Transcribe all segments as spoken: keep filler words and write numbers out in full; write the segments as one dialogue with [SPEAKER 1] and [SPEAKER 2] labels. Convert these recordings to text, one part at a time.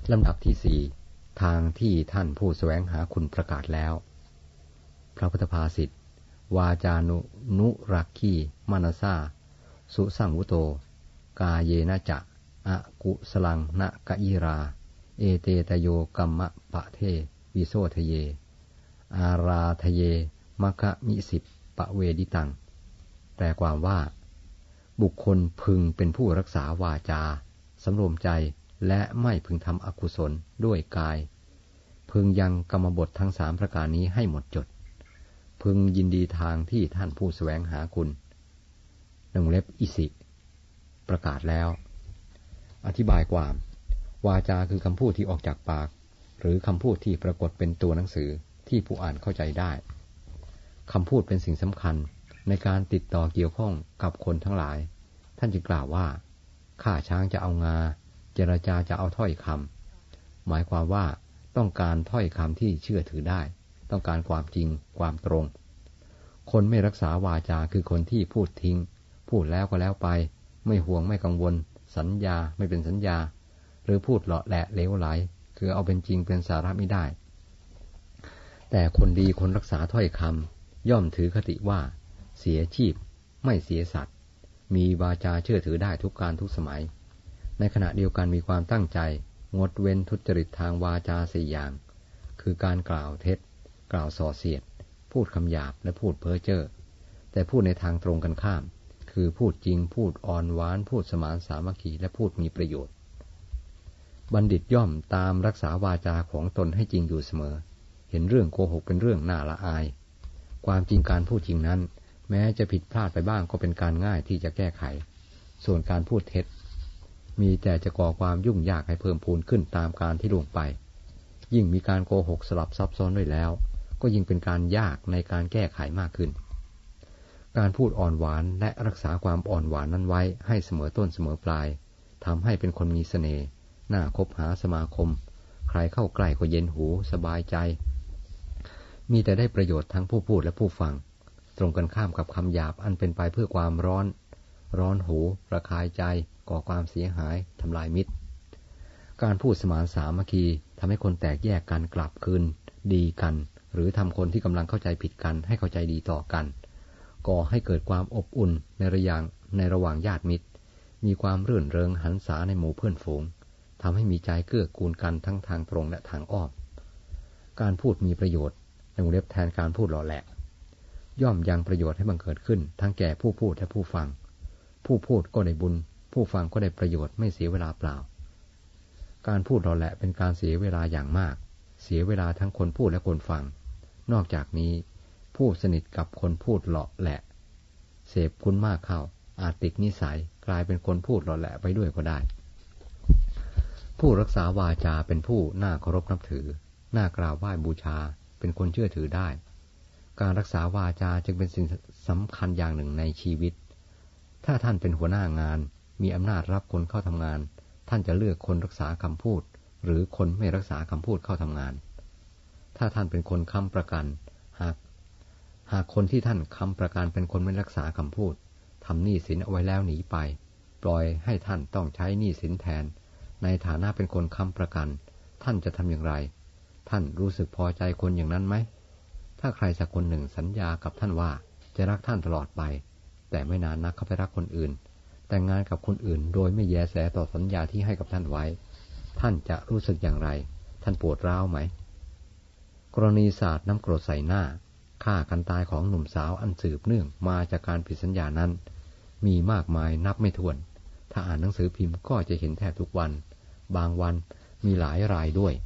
[SPEAKER 1] ลำดับที่สี่ทางที่ท่านผู้แสวงหาคุณประกาศแล้วพระพุทธภาษิตวาจานุนุรักขีมนัสสาสุสังวุโตกาเยนะจะอะกุสลังนะกะยิราเอเตตโยกัมมะปะเทวิโสทะเยอาราทะเยมะคะมิสิปปะเวดิตังแปลความว่าบุคคลพึงเป็นผู้รักษาวาจาสำรวมใจและไม่พึงทำอกุศลด้วยกายพึงยังกรรมบททั้งสามประการนี้ให้หมดจดพึงยินดีทางที่ท่านผู้แสวงหาคุณหนึ่งเล็บอิสิประกาศแล้วอธิบายความวาจาคือคำพูดที่ออกจากปากหรือคำพูดที่ปรากฏเป็นตัวหนังสือที่ผู้อ่านเข้าใจได้คำพูดเป็นสิ่งสำคัญในการติดต่อเกี่ยวข้องกับคนทั้งหลายท่านจึงกล่าวว่าข้าช้างจะเอางาเจรจาจะเอาถ้อยคำหมายความว่าต้องการถ้อยคำที่เชื่อถือได้ต้องการความจริงความตรงคนไม่รักษาวาจาคือคนที่พูดทิ้งพูดแล้วก็แล้วไปไม่ห่วงไม่กังวลสัญญาไม่เป็นสัญญาหรือพูดเลาะแหละเลวไหลคือเอาเป็นจริงเป็นสาระไม่ได้แต่คนดีคนรักษาถ้อยคำย่อมถือคติว่าเสียชีพไม่เสียสัตว์มีวาจาเชื่อถือได้ทุกการทุกสมัยในขณะเดียวกันมีความตั้งใจงดเว้นทุจริตทางวาจาสี่อย่างคือการกล่าวเท็จกล่าวส่อเสียดพูดคำหยาบและพูดเพ้อเจ้อแต่พูดในทางตรงกันข้ามคือพูดจริงพูดอ่อนหวานพูดสมานสามัคคีและพูดมีประโยชน์บัณฑิตย่อมตามรักษาวาจาของตนให้จริงอยู่เสมอเห็นเรื่องโกหกเป็นเรื่องน่าละอายความจริงการพูดจริงนั้นแม้จะผิดพลาดไปบ้างก็เป็นการง่ายที่จะแก้ไขส่วนการพูดเท็จมีแต่จะก่อความยุ่งยากให้เพิ่มพูนขึ้นตามการที่ล่วงไปยิ่งมีการโกหกสลับซับซ้อนด้วยแล้วก็ยิ่งเป็นการยากในการแก้ไขมากขึ้นการพูดอ่อนหวานและรักษาความอ่อนหวานนั้นไว้ให้เสมอต้นเสมอปลายทำให้เป็นคนมีเสน่ห์น่าคบหาสมาคมใครเข้าใกล้ก็เย็นหูสบายใจมีแต่ได้ประโยชน์ทั้งผู้พูดและผู้ฟังตรงกันข้ามกับคำหยาบอันเป็นไปเพื่อความร้อนร้อนหูระคายใจก่อความเสียหายทำลายมิตรการพูดสมานสามัคคีทำให้คนแตกแยกกันกลับคืนดีกันหรือทำคนที่กำลังเข้าใจผิดกันให้เข้าใจดีต่อกันก่อให้เกิดความอบอุ่นในระหว่างในระหว่างญาติมิตรมีความรื่นเริงหันษาในหมู่เพื่อนฝูงทำให้มีใจเกื้อกูลกันทั้งทางตรงและทางอ้อมการพูดมีประโยชน์ในวงเล็บแทนการพูดหล่อแหละย่อมยังประโยชน์ให้บังเกิดขึ้นทั้งแก่ผู้พูดและผู้ฟังผู้พูดก็ได้บุญผู้ฟังก็ได้ประโยชน์ไม่เสียเวลาเปล่าการพูดหล่อแหละเป็นการเสียเวลาอย่างมากเสียเวลาทั้งคนพูดและคนฟังนอกจากนี้ผู้สนิทกับคนพูดหล่อแหละเสพคุณมากเข้าอาจติดนิสัยกลายเป็นคนพูดหล่อแหละไปด้วยก็ได้ผู้รักษาวาจาเป็นผู้น่าเคารพนับถือน่ากราบไหว้บูชาเป็นคนเชื่อถือได้การรักษาวาจาจึงเป็นสิ่งสำคัญอย่างหนึ่งในชีวิตถ้าท่านเป็นหัวหน้างานมีอำนาจรับคนเข้าทำงานท่านจะเลือกคนรักษาคำพูดหรือคนไม่รักษาคำพูดเข้าทำงานถ้าท่านเป็นคนค้ำประกันหากหากคนที่ท่านค้ำประกันเป็นคนไม่รักษาคำพูดทำหนี้สินเอาไว้แล้วหนีไปปล่อยให้ท่านต้องใช้หนี้สินแทนในฐานะเป็นคนค้ำประกันท่านจะทำอย่างไรท่านรู้สึกพอใจคนอย่างนั้นไหมถ้าใครสักคนหนึ่งสัญญากับท่านว่าจะรักท่านตลอดไปแต่ไม่นานนักเขาไปรักคนอื่นแต่งงานกับคนอื่นโดยไม่แยแสต่อสัญญาที่ให้กับท่านไว้ท่านจะรู้สึกอย่างไรท่านปวดร้าวไหมกรณีศาสตร์น้ำกรดใส่หน้าฆ่ากันตายของหนุ่มสาวอันสืบเนื่องมาจากการผิดสัญญานั้นมีมากมายนับไม่ถ้วนถ้าอ่านหนังสือพิมพ์ก็จะเห็นแทบทุกวันบางวันมีหลายรายด้วย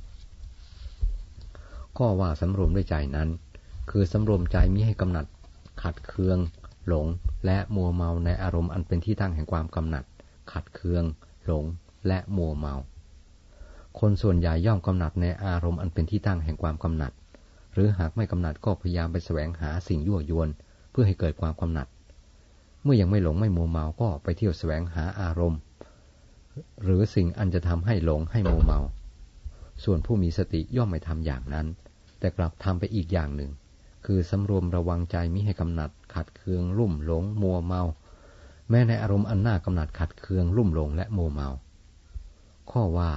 [SPEAKER 1] ข้อว่าสำรวมด้วยใจนั้นคือสำรวมใจมิให้กำหนัดขัดเคืองหลงและมัวเมาในอารมณ์อันเป็นที่ตั้งแห่งความกำหนัดขัดเคืองหลงและมัวเมาคนส่วนใหญ่ย่อมกำหนัดในอารมณ์อันเป็นที่ตั้งแห่งความกำหนัดหรือหากไม่กำหนัดก็พยายามไปแสวงหาสิ่งยั่วยวนเพื่อให้เกิดความกำหนัดเมื่อยังไม่หลงไม่มัวเมาก็ไปเที่ยวแสวงหาอารมณ์หรือสิ่งอันจะทำให้หลงให้มัวเมาส่วนผู้มีสติย่อมไม่ทำอย่างนั้นแต่กลับทำไปอีกอย่างหนึ่งคือสำรวมระวังใจมิให้กำหนัดขัดเคืองลุ่มหลงมัวเมาแม้ในอารมณ์อันน่ากำหนัดขัดเคืองลุ่มหลงและมัวเมาข้อว่า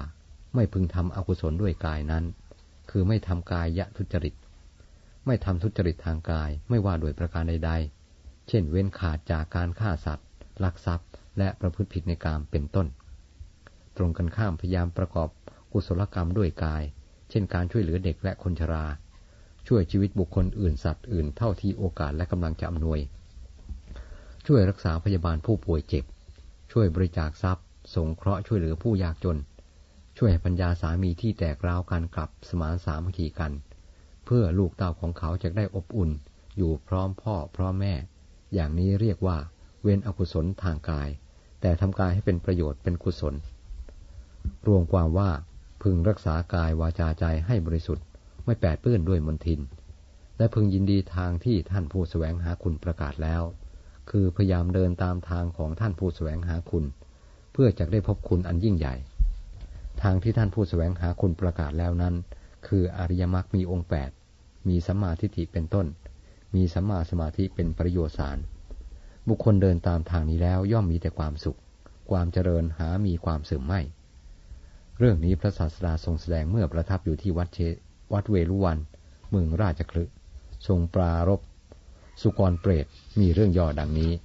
[SPEAKER 1] ไม่พึงทำอกุศลด้วยกายนั้นคือไม่ทำกายยทุจริตไม่ทำทุจริตทางกายไม่ว่าโดยประการใดๆเช่นเว้นขาดจากการฆ่าสัตว์ลักทรัพย์และประพฤติผิดในกามเป็นต้นตรงกันข้ามพยายามประกอบกุศลกรรมด้วยกายเช่นการช่วยเหลือเด็กและคนชราช่วยชีวิตบุคคลอื่นสัตว์อื่นเท่าที่โอกาสและกำลังจะอำนวยช่วยรักษาพยาบาลผู้ป่วยเจ็บช่วยบริจาคทรัพย์สงเคราะห์ช่วยเหลือผู้ยากจนช่วยให้ปัญญาสามีที่แตกร้าวกันกลับสมานสามัคคีกันเพื่อลูกเต้าของเขาจะได้อบอุ่นอยู่พร้อมพ่อพร้อมแม่อย่างนี้เรียกว่าเว้นอกุศลทางกายแต่ทำกายให้เป็นประโยชน์เป็นกุศลรวมความว่าพึงรักษากายวาจาใจให้บริสุทธิ์ไม่แปดเปื้อนด้วยมลทินและพึงยินดีทางที่ท่านผู้แสวงหาคุณประกาศแล้วคือพยายามเดินตามทางของท่านผู้แสวงหาคุณเพื่อจะได้พบคุณอันยิ่งใหญ่ทางที่ท่านผู้แสวงหาคุณประกาศแล้วนั้นคืออริยมรรคมีองค์แปดมีสัมมาทิฏฐิเป็นต้นมีสัมมาสมาธิเป็นปริโยสารบุคคลเดินตามทางนี้แล้วย่อมมีแต่ความสุขความเจริญหามีความเสื่อมไม่เรื่องนี้พระศาสดาทรงแสดงเมื่อประทับอยู่ที่วัดเชวัดเวฬุวันเมืองราชคฤห์ทรงปรารภสุกรเปรตมีเรื่องย่อดังนี้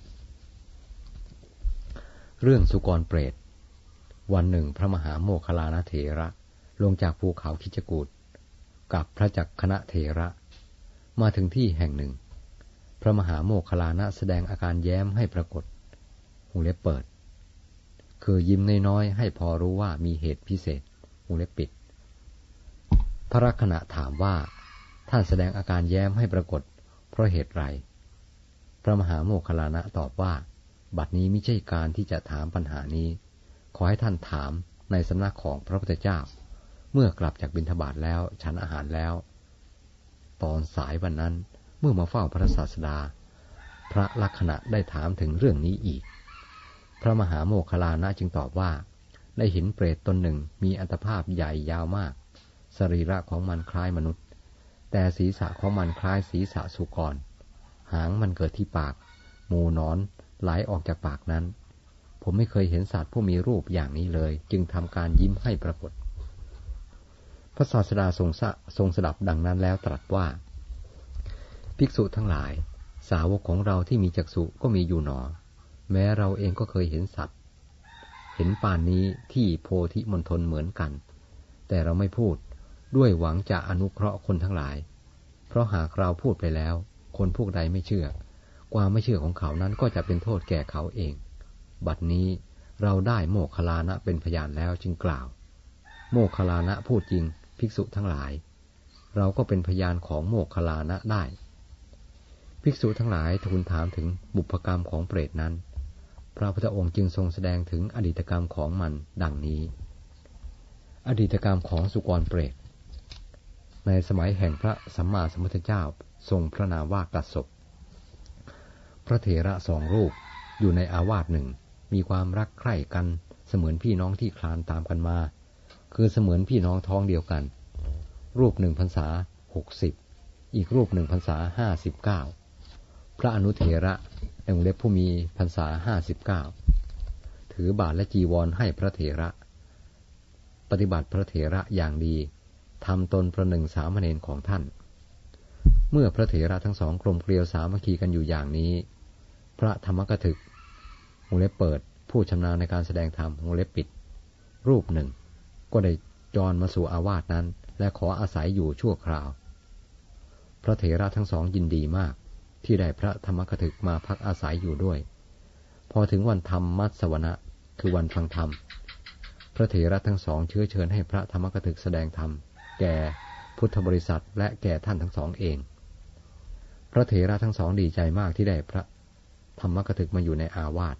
[SPEAKER 1] เรื่องสุกรเปรตวันหนึ่งพระมหาโมคคัลลานะเถระลงจากภูเขาคิชกูฏกับพระจักขณเถระมาถึงที่แห่งหนึ่งพระมหาโมคคัลลานะแสดงอาการแย้มให้ปรากฏวงเล็บเปิดคือยิ้มน้อยๆให้พอรู้ว่ามีเหตุพิเศษวงเล็บปิดพระลักขณะถามว่าท่านแสดงอาการแย้มให้ปรากฏเพราะเหตุไรพระมหาโมคคัลลานะตอบว่าบัดนี้ไม่ใช่การที่จะถามปัญหานี้ขอให้ท่านถามในสำนักของพระพุทธเจ้าเมื่อกลับจากบิณฑบาตแล้วฉันอาหารแล้วตอนสายวันนั้นเมื่อมาเฝ้าพระศาสดาพระลักขณะได้ถามถึงเรื่องนี้อีกพระมหาโมคคัลลานะจึงตอบว่าได้เห็นเปรตตนหนึ่งมีอัตภาพใหญ่ยาวมากสรีระของมันคล้ายมนุษย์แต่ศีรษะของมันคล้ายศีรษะสุกรหางมันเกิดที่ปากหมูหนอนไหลออกจากปากนั้นผมไม่เคยเห็นสัตว์ผู้มีรูปอย่างนี้เลยจึงทำการยิ้มให้ปรากฏพระศาสดาทรงทรงสดับดังนั้นแล้วตรัสว่าภิกษุทั้งหลายสาวกของเราที่มีจักษุก็มีอยู่หนอแม้เราเองก็เคยเห็นสัตว์เห็นป่านนี้ที่โพธิมณฑลเหมือนกันแต่เราไม่พูดด้วยหวังจะอนุเคราะห์คนทั้งหลายเพราะหากเราพูดไปแล้วคนพวกใดไม่เชื่อความไม่เชื่อของเขานั้นก็จะเป็นโทษแก่เขาเองบัดนี้เราได้โมคคัลลานะเป็นพยานแล้วจึงกล่าวโมคคัลลานะพูดจริงภิกษุทั้งหลายเราก็เป็นพยานของโมคคัลลานะได้ภิกษุทั้งหลายทูลถามถึงบุพกรรมของเปรตนั้นพระพุทธองค์จึงทรงแสดงถึงอดีตกรรมของมันดังนี้อดีตกรรมของสุกรเปรตในสมัยแห่งพระสัมมาสัมพุทธเจ้าทรงพระนามว่ากัสสปพระเถระสองรูปอยู่ในอาวาสหนึ่งมีความรักใคร่กันเสมือนพี่น้องที่คลานตามกันมาคือเสมือนพี่น้องท้องเดียวกันรูปหนึ่งพรรษาหกสิบอีกรูปหนึ่งพรรษาห้าสิบเก้าพระอนุเถระในวงเล็บผู้มีพรรษาห้าสิบเก้าถือบาตรและจีวรให้พระเถระปฏิบัติพระเถระอย่างดีทำตนประหนึ่งสามเณรของท่านเมื่อพระเถระทั้งสองกลมเกลียวสามัคคีกันอยู่อย่างนี้พระธรรมกถึกวงเล็บเปิดผู้ชำนาญในการแสดงธรรมวงเล็บปิดรูปหนึ่งก็ได้จรมาสู่อาวาสนั้นและขออาศัยอยู่ชั่วคราวพระเถระทั้งสองยินดีมากที่ได้พระธรรมกถึกมาพักอาศัยอยู่ด้วยพอถึงวันธรรมมัสวนะคือวันฟังธรรมพระเถระทั้งสองเชื้อเชิญให้พระธรรมกถึกแสดงธรรมแก่พุทธบริษัทและแก่ท่านทั้งสองเองพระเถระทั้งสองดีใจมากที่ได้พระธรรมกถึกมาอยู่ในอาวาส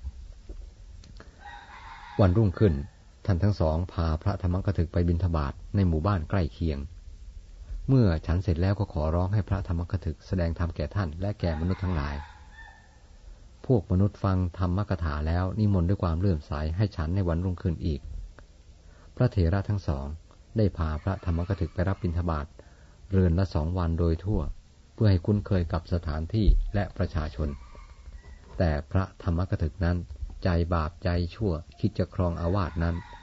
[SPEAKER 1] วันรุ่งขึ้นท่านทั้งสองพาพระธรรมกถึกไปบิณฑบาตในหมู่บ้านใกล้เคียงเมื่อฉันเสร็จแล้วก็ขอร้องให้พระธรรมกถึกแสดงธรรมแก่ท่านและแก่มนุษย์ทั้งหลายพวกมนุษย์ฟังธรรมกถาแล้วนิมนต์ด้วยความเลื่อมใสให้ฉันในวันรุ่งขึ้นอีกพระเถระทั้งสองได้พาพระธรรมกถึกไปรับบิณฑบาตเรือนละสองวันโดยทั่วเพื่อให้คุ้นเคยกับสถานที่และประชาชนแต่พระธรรมกถึกนั้นใจบาปใจชั่วคิดจะครองอาวาสนั้น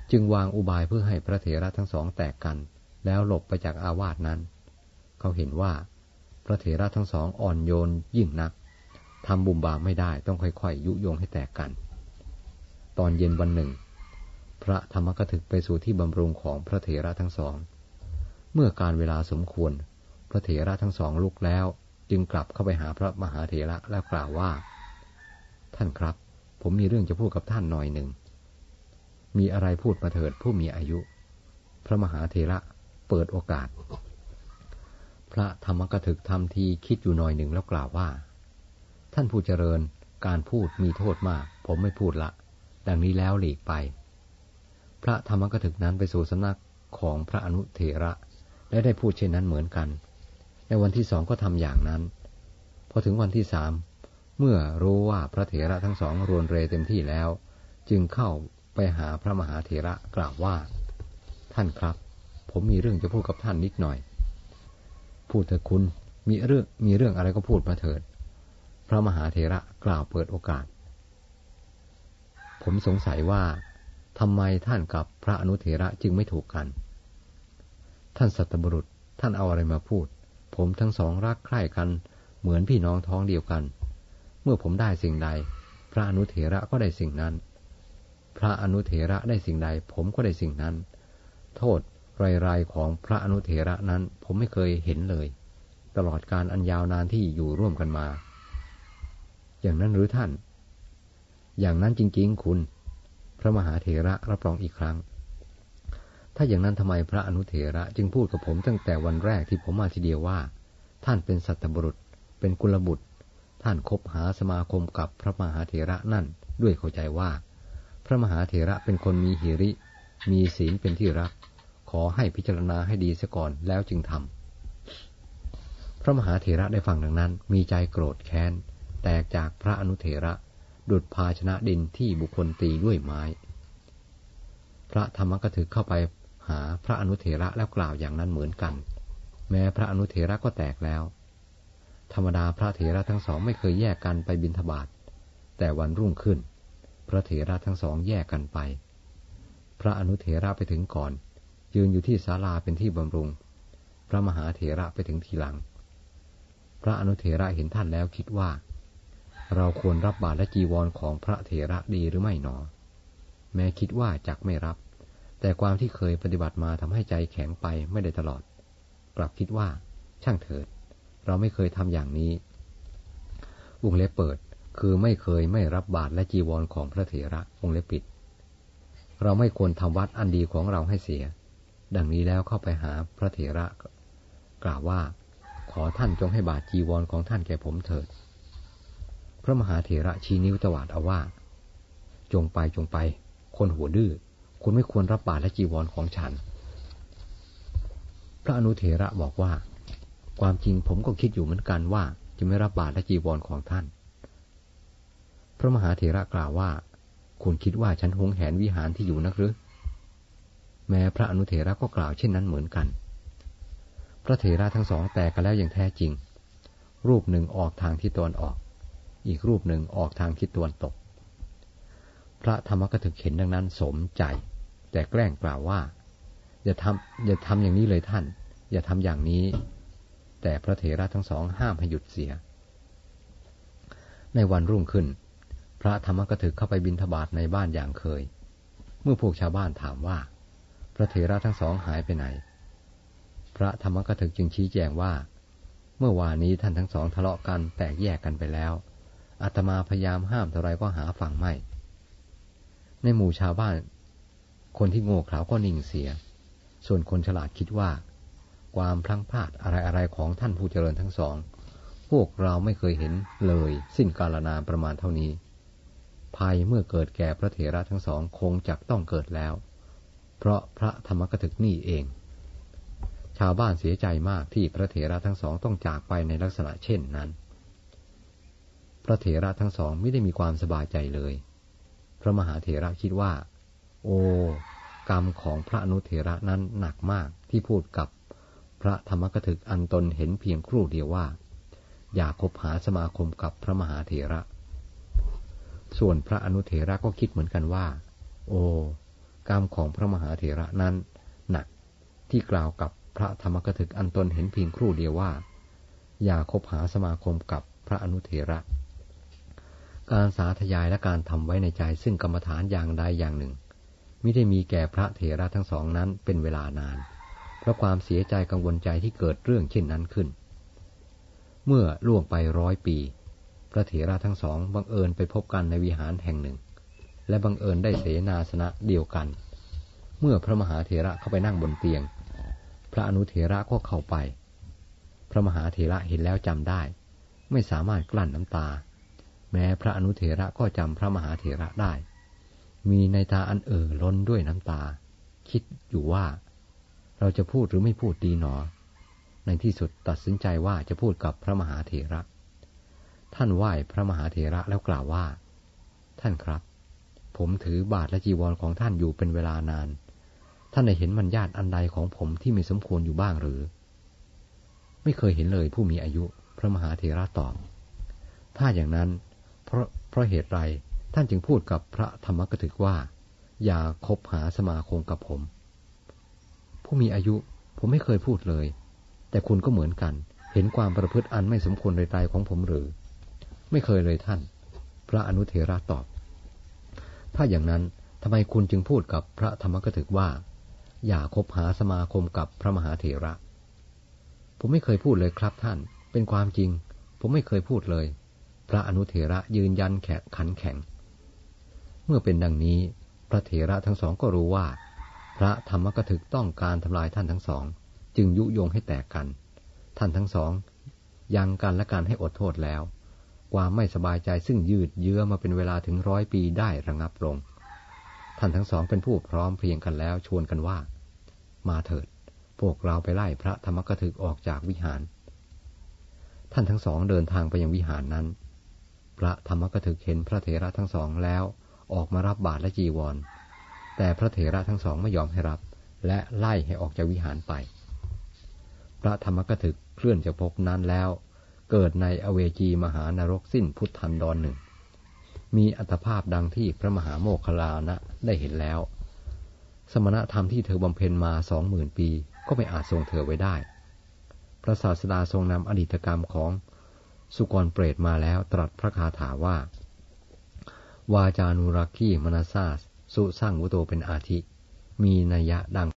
[SPEAKER 1] จึงวางอุบายเพื่อให้พระเถระทั้งสองแตกกันแล้วหลบไปจากอาวาสนั้นเขาเห็นว่าพระเถระทั้งสองอ่อนโยนยิ่งนักทำบุญบาปไม่ได้ต้องค่อยๆยุยงให้แตกกันตอนเย็นวันหนึ่งพระธรรมกถึกไปสู่ที่บำรุงของพระเถระทั้งสองเมื่อการเวลาสมควรพระเถระทั้งสองลุกแล้วจึงกลับเข้าไปหาพระมหาเถระแล้วกล่าวว่าท่านครับผมมีเรื่องจะพูดกับท่านหน่อยหนึ่งมีอะไรพูดมาเถิดผู้มีอายุพระมหาเถระเปิดโอกาสพระธรรมกถึกทำทีคิดอยู่หน่อยหนึ่งแล้วกล่าวว่าท่านผู้เจริญการพูดมีโทษมากผมไม่พูดละดังนี้แล้วหลีกไปพระธรรมกถึกนั้นไปสู่สำนักของพระอนุเถระและได้พูดเช่นนั้นเหมือนกันในวันที่สองก็ทำอย่างนั้นพอถึงวันที่สามเมื่อรู้ว่าพระเถระทั้งสองรวนเรเต็มที่แล้วจึงเข้าไปหาพระมหาเถระกล่าวว่าท่านครับผมมีเรื่องจะพูดกับท่านนิดหน่อยพูดเถิดคุณมีเรื่องมีเรื่องอะไรก็พูดมาเถิดพระมหาเถระกล่าวเปิดโอกาสผมสงสัยว่าทำไมท่านกับพระอนุเถระจึงไม่ถูกกันท่านสัตบุรุษท่านเอาอะไรมาพูดผมทั้งสองรักใคร่กันเหมือนพี่น้องท้องเดียวกันเมื่อผมได้สิ่งใดพระอนุเถระก็ได้สิ่งนั้นพระอนุเถระได้สิ่งใดผมก็ได้สิ่งนั้นโทษรายๆของพระอนุเถระนั้นผมไม่เคยเห็นเลยตลอดการอันยาวนานที่อยู่ร่วมกันมาอย่างนั้นหรือท่านอย่างนั้นจริงๆคุณพระมหาเถระรับรองอีกครั้งถ้าอย่างนั้นทำไมพระอนุเถระจึงพูดกับผมตั้งแต่วันแรกที่ผมมาทีเดียวว่าท่านเป็นสัตบุรุษเป็นกุลบุตรท่านคบหาสมาคมกับพระมหาเถระนั่นด้วยเข้าใจว่าพระมหาเถระเป็นคนมีหิริมีศีลเป็นที่รักขอให้พิจารณาให้ดีเสียก่อนแล้วจึงทำพระมหาเถระได้ฟังดังนั้นมีใจโกรธแค้นแตกจากพระอนุเถระดุจภาชนะดินที่บุคคลตีด้วยไม้พระธรรมกถึกเข้าไปหาพระอนุเถระแล้วกล่าวอย่างนั้นเหมือนกันแม้พระอนุเถระก็แตกแล้วธรรมดาพระเถระทั้งสองไม่เคยแยกกันไปบิณฑบาตแต่วันรุ่งขึ้นพระเถระทั้งสองแยกกันไปพระอนุเถระไปถึงก่อนยืนอยู่ที่ศาลาเป็นที่บำรุงพระมหาเถระไปถึงทีหลังพระอนุเถระเห็นท่านแล้วคิดว่าเราควรรับบาตรและจีวรของพระเถระดีหรือไม่หนอแม้คิดว่าจักไม่รับแต่ความที่เคยปฏิบัติมาทำให้ใจแข็งไปไม่ได้ตลอดกลับคิดว่าช่างเถิดเราไม่เคยทำอย่างนี้วงเล็บเปิดคือไม่เคยไม่รับบาตรและจีวรของพระเถระวงเล็บปิดเราไม่ควรทำวัดอันดีของเราให้เสียดังนี้แล้วเข้าไปหาพระเถระกล่าวว่าขอท่านจงให้บาตรจีวรของท่านแก่ผมเถิดพระมหาเถระชี้นิ้วตวาดเอาว่าจงไปจงไปคนหัวดื้อคุณไม่ควรรับบาตรและจีวรของฉันพระอนุเถระบอกว่าความจริงผมก็คิดอยู่เหมือนกันว่าจะไม่รับบาตรและจีวรของท่านพระมหาเถระกล่าวว่าคุณคิดว่าฉันหวงแหนวิหารที่อยู่นักหรือแม้พระอนุเถระก็กล่าวเช่นนั้นเหมือนกันพระเถระทั้งสองแตกกันแล้วอย่างแท้จริงรูปหนึ่งออกทางทิศตะวันออกอีกรูปหนึ่งออกทางทิศตะวันตกพระธรรมกถึกเห็นดังนั้นสมใจแต่แกล้งกล่าวว่าอย่าทำอย่าทำอย่างนี้เลยท่านอย่าทำอย่างนี้แต่พระเถระทั้งสองห้ามให้หยุดเสียในวันรุ่งขึ้นพระธรรมกถึกเข้าไปบิณฑบาตในบ้านอย่างเคยเมื่อพวกชาวบ้านถามว่าพระเถระทั้งสองหายไปไหนพระธรรมกถึกจึงชี้แจงว่าเมื่อวานนี้ท่านทั้งสองทะเลาะกันแตกแยกกันไปแล้วอาตมาพยายามห้ามเท่าไรก็หาฟังไม่ในหมู่ชาวบ้านคนที่โง่เขลาก็นิ่งเสียส่วนคนฉลาดคิดว่าความพลั้งพลาดอะไรๆของท่านผู้เจริญทั้งสองพวกเราไม่เคยเห็นเลยสิ้นกาลนานประมาณเท่านี้ภัยเมื่อเกิดแก่พระเถระทั้งสองคงจักต้องเกิดแล้วเพราะพระธรรมกถึกนี่เองชาวบ้านเสียใจมากที่พระเถระทั้งสองต้องจากไปในลักษณะเช่นนั้นพระเถระทั้งสองไม่ได้มีความสบายใจเลยพระมหาเถระคิดว่าโอ้กรรมของพระอนุเถระนั้นหนักมากที่พูดกับพระธรรมกถึกอันตนเห็นเพียงครู่เดียวว่าอย่าคบหาสมาคมกับพระมหาเถระส่วนพระอนุเถระก็คิดเหมือนกันว่าโอ้กรรมของพระมหาเถระนั้นหนักที่กล่าวกับพระธรรมกถึกอันตนเห็นเพียงครู่เดียวว่าอย่าคบหาสมาคมกับพระอนุเถระการสาธยายและการทำไว้ในใจซึ่งกรรมฐานอย่างใดอย่างหนึ่งมิได้มีแก่พระเถระทั้งสองนั้นเป็นเวลานานเพราะความเสียใจกังวลใจที่เกิดเรื่องเช่นนั้นขึ้นเมื่อล่วงไปร้อยปีพระเถระทั้งสองบังเอิญไปพบกันในวิหารแห่งหนึ่งและบังเอิญได้เสนาสนะเดียวกันเมื่อพระมหาเถระเข้าไปนั่งบนเตียงพระอนุเถระก็เข้าไปพระมหาเถระเห็นแล้วจำได้ไม่สามารถกลั้นน้ำตาแม้พระอนุเถระก็จำพระมหาเถระได้มีในตาอันเอ่อล้นด้วยน้ำตาคิดอยู่ว่าเราจะพูดหรือไม่พูดดีหนอในที่สุดตัดสินใจว่าจะพูดกับพระมหาเถระท่านไหว้พระมหาเถระแล้วกล่าวว่าท่านครับผมถือบาตรและจีวรของท่านอยู่เป็นเวลานานท่านได้เห็นมัญญาตอันใดของผมที่ไม่สมควรอยู่บ้างหรือไม่เคยเห็นเลยผู้มีอายุพระมหาเถระตอบถ้าอย่างนั้นเพราะเพราะเหตุไรท่านจึงพูดกับพระธรรมกถึกว่าอย่าคบหาสมาคมกับผมผู้มีอายุผมไม่เคยพูดเลยแต่คุณก็เหมือนกันเห็นความประพฤติอันไม่สมควรใดๆของผมหรือไม่เคยเลยท่านพระอนุเถระตอบถ้าอย่างนั้นทำไมคุณจึงพูดกับพระธรรมกถึกว่าอย่าคบหาสมาคมกับพระมหาเถระผมไม่เคยพูดเลยครับท่านเป็นความจริงผมไม่เคยพูดเลยพระอนุเถระยืนยันแข็งขันแข็งเมื่อเป็นดังนี้พระเถระทั้งสองก็รู้ว่าพระธรรมกถึกต้องการทำลายท่านทั้งสองจึงยุยงให้แตกกันท่านทั้งสองยังกันและกันให้อดโทษแล้วความไม่สบายใจซึ่งยืดเยื้อมาเป็นเวลาถึงร้อยปีได้ระงับลงท่านทั้งสองเป็นผู้พร้อมเพรียงกันแล้วชวนกันว่ามาเถิดพวกเราไปไล่พระธรรมกถึกออกจากวิหารท่านทั้งสองเดินทางไปยังวิหารนั้นพระธรรมกถึกเห็นพระเถระทั้งสองแล้วออกมารับบาตรและจีวรแต่พระเถระทั้งสองไม่ยอมให้รับและไล่ให้ออกจากวิหารไปพระธรรมกถึกเคลื่อนจากภพนั้นแล้วเกิดในอเวจีมหานรกสิ้นพุทธันดรหนึ่งมีอัตภาพดังที่พระมหาโมคคัลลานะได้เห็นแล้วสมณธรรมที่เธอบำเพ็ญมาสองหมื่นปีก็ไม่อาจทรงเธอไว้ได้พระศาสดาทรงนำอดีตกรรมของสุกรเปรตมาแล้วตรัสพระคาถาว่าวาจานุรักขีมนัสสาสุสร้างวุโตเป็นอาทิมีนัยยะดัง